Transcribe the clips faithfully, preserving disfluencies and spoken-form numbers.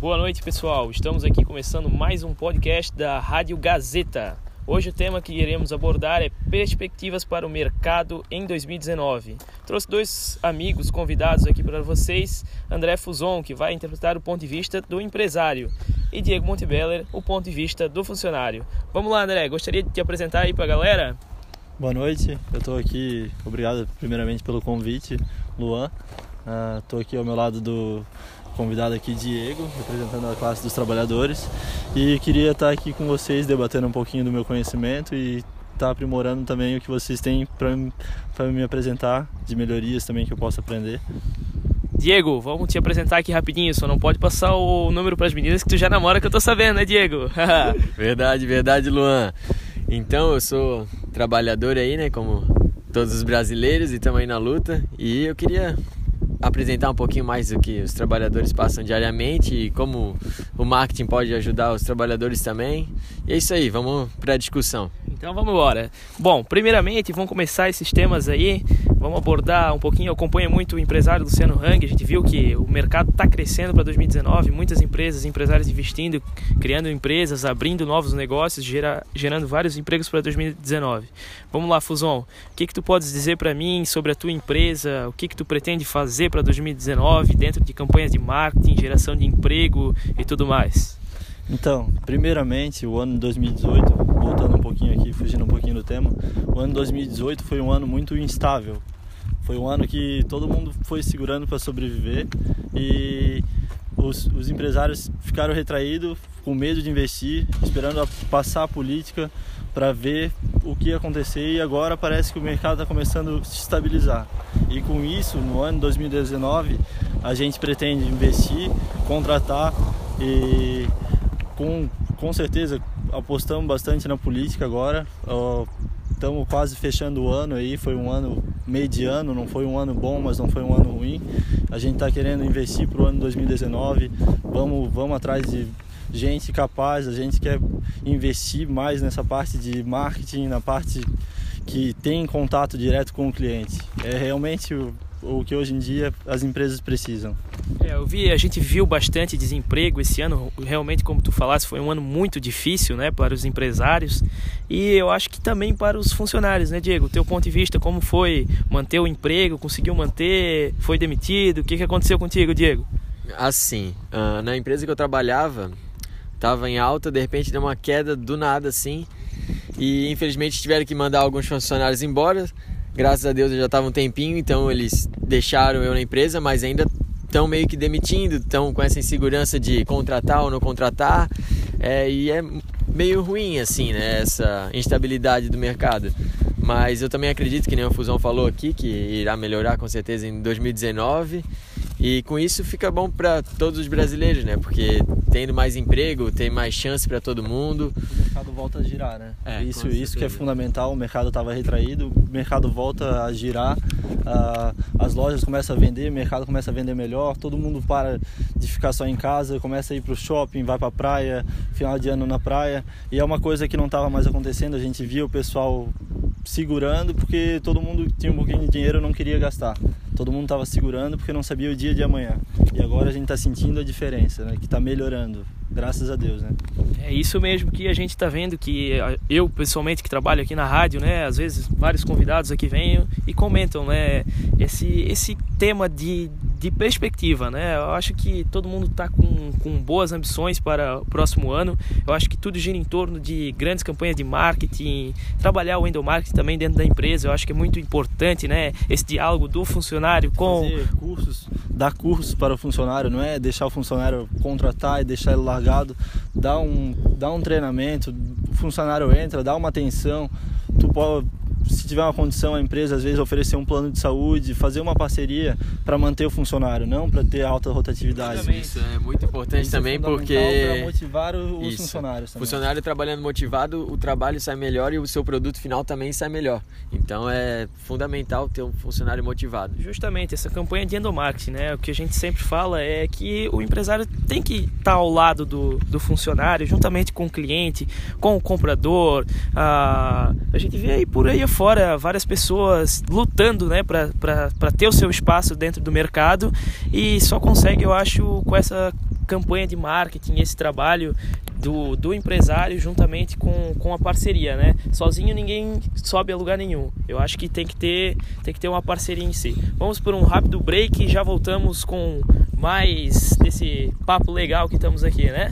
Boa noite, pessoal. Estamos aqui começando mais um podcast da Rádio Gazeta. Hoje o tema que iremos abordar é perspectivas para o mercado em dois mil e dezenove. Trouxe dois amigos convidados aqui para vocês, André Fuzon, que vai interpretar o ponto de vista do empresário, e Diego Montebeller, o ponto de vista do funcionário. Vamos lá, André, gostaria de te apresentar aí para a galera? Boa noite, eu estou aqui, obrigado primeiramente pelo convite, Luan. Estou uh, aqui ao meu lado do convidado aqui, Diego, representando a classe dos trabalhadores, e queria estar aqui com vocês debatendo um pouquinho do meu conhecimento e estar aprimorando também o que vocês têm para me apresentar, de melhorias também que eu possa aprender. Diego, vamos te apresentar aqui rapidinho, só não pode passar o número para as meninas que tu já namora, que eu tô sabendo, né, Diego? Verdade, verdade, Luan. Então, eu sou trabalhador aí, né, como todos os brasileiros, e estamos aí na luta, e eu queria apresentar um pouquinho mais do que os trabalhadores passam diariamente e como o marketing pode ajudar os trabalhadores também. E é isso aí, vamos para a discussão. Então vamos embora. Bom, primeiramente vamos começar esses temas aí, vamos abordar um pouquinho. Eu acompanho muito o empresário Luciano Hang, a gente viu que o mercado está crescendo para dois mil e dezenove, muitas empresas, empresários investindo, criando empresas, abrindo novos negócios, gera, gerando vários empregos para dois mil e dezenove. Vamos lá, Fuzon, o que que tu podes dizer para mim sobre a tua empresa, o que que tu pretende fazer para dois mil e dezenove dentro de campanhas de marketing, geração de emprego e tudo mais? Então, primeiramente, o ano de dois mil e dezoito, voltando um pouquinho aqui, fugindo um pouquinho do tema, o ano de dois mil e dezoito foi um ano muito instável. Foi um ano que todo mundo foi segurando para sobreviver e os, os empresários ficaram retraídos, com medo de investir, esperando a passar a política para ver o que ia acontecer, e agora parece que o mercado está começando a se estabilizar. E com isso, no ano de dois mil e dezenove, a gente pretende investir, contratar e com, com certeza apostamos bastante na política agora. Estamos quase fechando o ano aí, foi um ano mediano, não foi um ano bom, mas não foi um ano ruim. A gente está querendo investir para o ano de dois mil e dezenove, vamos, vamos atrás de gente capaz, a gente quer investir mais nessa parte de marketing, na parte que tem contato direto com o cliente. É realmente o, o que hoje em dia as empresas precisam. É, eu vi, a gente viu bastante desemprego esse ano, realmente, como tu falaste, foi um ano muito difícil, né, para os empresários, e eu acho que também para os funcionários, né, Diego? Teu ponto de vista, como foi manter o emprego, conseguiu manter, foi demitido, o que que aconteceu contigo, Diego? Assim, uh, na empresa que eu trabalhava, estava em alta, de repente deu uma queda do nada assim, e infelizmente tiveram que mandar alguns funcionários embora. Graças a Deus eu já estava um tempinho, então eles deixaram eu na empresa, mas ainda estão meio que demitindo, estão com essa insegurança de contratar ou não contratar, é, e é meio ruim assim, né, essa instabilidade do mercado. Mas eu também acredito, que nem o Fuzão falou aqui, que irá melhorar com certeza em dois mil e dezenove, e com isso fica bom para todos os brasileiros, né? Porque tendo mais emprego, tem mais chance para todo mundo. O mercado volta a girar, né? É, isso, isso que é fundamental. O mercado estava retraído, o mercado volta a girar, uh, as lojas começam a vender, o mercado começa a vender melhor, todo mundo para de ficar só em casa, começa a ir para o shopping, vai para a praia, final de ano na praia, e é uma coisa que não estava mais acontecendo. A gente via o pessoal segurando porque todo mundo tinha um pouquinho de dinheiro e não queria gastar. Todo mundo estava segurando porque não sabia o dia de amanhã. E agora a gente está sentindo a diferença, né? Que está melhorando, graças a Deus, né? É isso mesmo que a gente está vendo, que eu pessoalmente que trabalho aqui na rádio, né? Às vezes vários convidados aqui vêm e comentam, né? Esse, esse tema de, de perspectiva, né? Eu acho que todo mundo está com, com boas ambições para o próximo ano. Eu acho que tudo gira em torno de grandes campanhas de marketing, trabalhar o endomarketing também dentro da empresa. Eu acho que é muito importante, né? Esse diálogo do funcionário com... Fazer cursos, dar cursos para o funcionário, não é deixar o funcionário contratar e deixar ele largado. Dá um, dá um treinamento, o funcionário entra, dá uma atenção. Tu pode, se tiver uma condição, a empresa às vezes oferecer um plano de saúde, fazer uma parceria para manter o funcionário, não para ter alta rotatividade. Isso é muito importante. Isso também, é porque para motivar os Isso. funcionários também. O funcionário trabalhando motivado, o trabalho sai melhor e o seu produto final também sai melhor. Então é fundamental ter um funcionário motivado. Justamente, essa campanha de endomarketing, né? O que a gente sempre fala é que o empresário tem que estar ao lado do, do funcionário, juntamente com o cliente, com o comprador. Ah, a gente vê aí por aí fora várias pessoas lutando, né, para ter o seu espaço dentro do mercado, e só consegue, eu acho, com essa campanha de marketing, esse trabalho do, do empresário juntamente com, com a parceria, né? Sozinho ninguém sobe a lugar nenhum. Eu acho que tem que ter, tem que ter uma parceria em si. Vamos por um rápido break e já voltamos com mais desse papo legal que estamos aqui, né?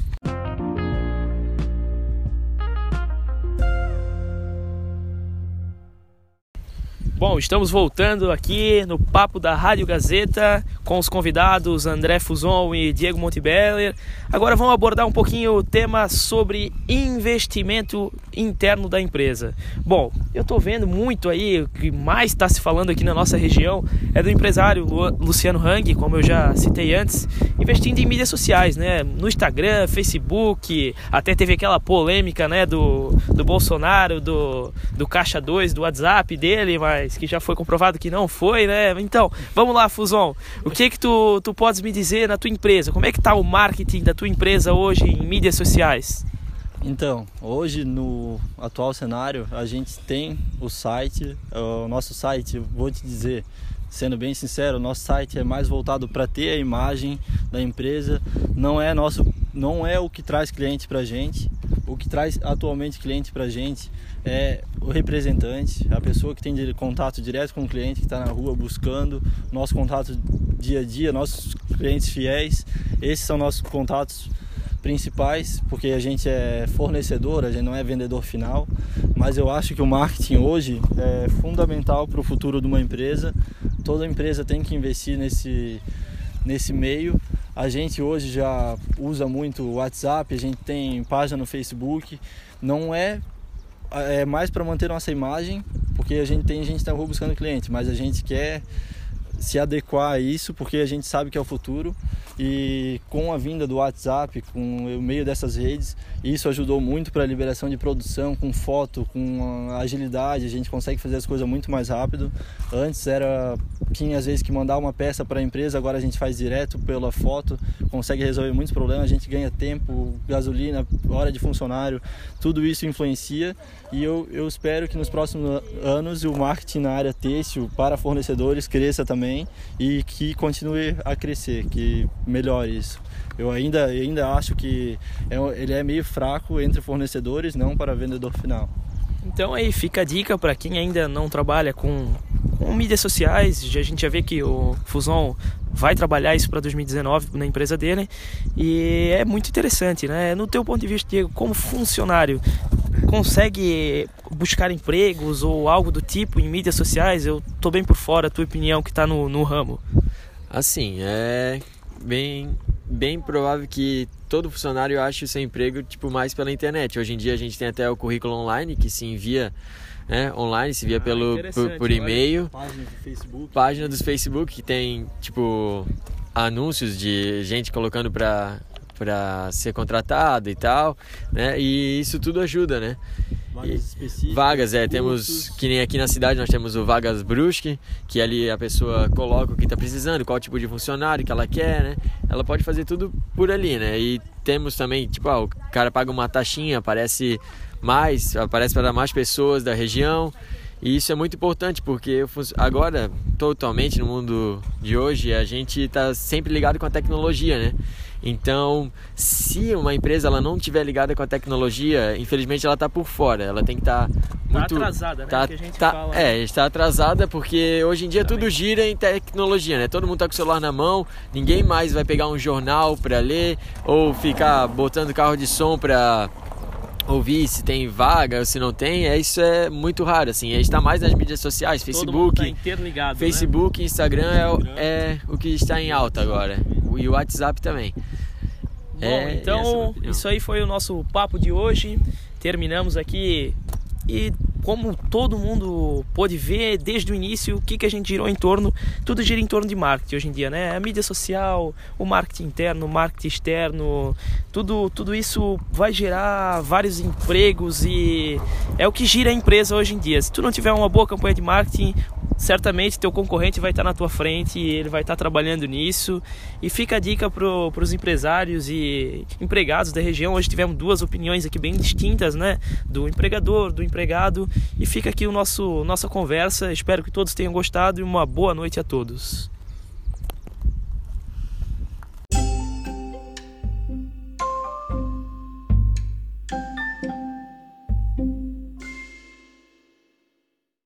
Bom, estamos voltando aqui no Papo da Rádio Gazeta com os convidados André Fuzon e Diego Montebeller. Agora vamos abordar um pouquinho o tema sobre investimento interno da empresa. Bom, eu estou vendo muito aí, o que mais está se falando aqui na nossa região é do empresário Luciano Hang, como eu já citei antes, investindo em mídias sociais, né? No Instagram, Facebook, até teve aquela polêmica, né, do, do Bolsonaro, do, do Caixa dois, do WhatsApp dele, mas que já foi comprovado que não foi, né? Então, vamos lá, Fuzon. O que que tu, tu podes me dizer na tua empresa? Como é que está o marketing da tua empresa hoje em mídias sociais? Então, hoje no atual cenário, a gente tem o site, o nosso site, vou te dizer, sendo bem sincero, o nosso site é mais voltado para ter a imagem da empresa, não é, nosso, não é o que traz cliente para a gente. O que traz atualmente cliente para a gente é o representante, a pessoa que tem contato direto com o cliente, que está na rua buscando, nosso contato dia a dia, nossos clientes fiéis. Esses são nossos contatos principais, porque a gente é fornecedor, a gente não é vendedor final, mas eu acho que o marketing hoje é fundamental para o futuro de uma empresa. Toda empresa tem que investir nesse, nesse meio. A gente hoje já usa muito o WhatsApp, a gente tem página no Facebook, não é, é mais para manter nossa imagem, porque a gente tem gente na rua buscando cliente, mas a gente quer se adequar a isso, porque a gente sabe que é o futuro, e com a vinda do WhatsApp, com o meio dessas redes, isso ajudou muito para a liberação de produção, com foto, com agilidade, a gente consegue fazer as coisas muito mais rápido. Antes era, tinha às vezes que mandar uma peça para a empresa, agora a gente faz direto pela foto, consegue resolver muitos problemas, a gente ganha tempo, gasolina, hora de funcionário, tudo isso influencia, e eu, eu espero que nos próximos anos o marketing na área têxtil para fornecedores cresça também e que continue a crescer, que melhore isso. Eu ainda, eu ainda acho que é, ele é meio fraco entre fornecedores, não para vendedor final. Então aí fica a dica para quem ainda não trabalha com, com mídias sociais. A gente já vê que o Fuzon vai trabalhar isso para dois mil e dezenove na empresa dele, e é muito interessante, né? No teu ponto de vista, Diego, como funcionário, consegue buscar empregos ou algo do tipo em mídias sociais? Eu tô bem por fora, a tua opinião que está no, no ramo. Assim, é bem, bem provável que todo funcionário ache o seu emprego tipo, mais pela internet. Hoje em dia a gente tem até o currículo online que se envia, né, online, se envia ah, pelo, por, por e-mail. Página do Facebook. Página dos Facebook que tem tipo anúncios de gente colocando para para ser contratado e tal, né? E isso tudo ajuda, né? Vagas específicas. Vagas, é, temos, que nem aqui na cidade nós temos o Vagas Brusque, que ali a pessoa coloca o que está precisando, qual tipo de funcionário que ela quer, né? Ela pode fazer tudo por ali, né? E temos também, tipo, ah, o cara paga uma taxinha, aparece mais, aparece para mais pessoas da região. E isso é muito importante, porque agora, totalmente no mundo de hoje, a gente está sempre ligado com a tecnologia, né? Então, se uma empresa ela não estiver ligada com a tecnologia, infelizmente ela está por fora. Ela tem que estar tá muito... Tá atrasada, né? Tá, que a gente tá, fala... É, está atrasada porque hoje em dia tudo gira em tecnologia, né? Todo mundo está com o celular na mão, ninguém mais vai pegar um jornal para ler ou ficar botando carro de som para ouvir se tem vaga ou se não tem. É, isso é muito raro, assim. A gente está mais nas mídias sociais, Facebook, tá interligado, Facebook, né? Instagram é o, é o que está em alta agora. E o WhatsApp também. Bom, é, então isso aí foi o nosso papo de hoje. Terminamos aqui e como todo mundo pôde ver desde o início, o que, que a gente girou em torno, tudo gira em torno de marketing hoje em dia, né? A mídia social, o marketing interno, o marketing externo, tudo, tudo isso vai gerar vários empregos e é o que gira a empresa hoje em dia. Se tu não tiver uma boa campanha de marketing, certamente teu concorrente vai estar na tua frente e ele vai estar trabalhando nisso. E fica a dica para os empresários e empregados da região. Hoje tivemos duas opiniões aqui bem distintas, né? Do empregador, do empregado. E fica aqui o nosso nossa conversa. Espero que todos tenham gostado e uma boa noite a todos.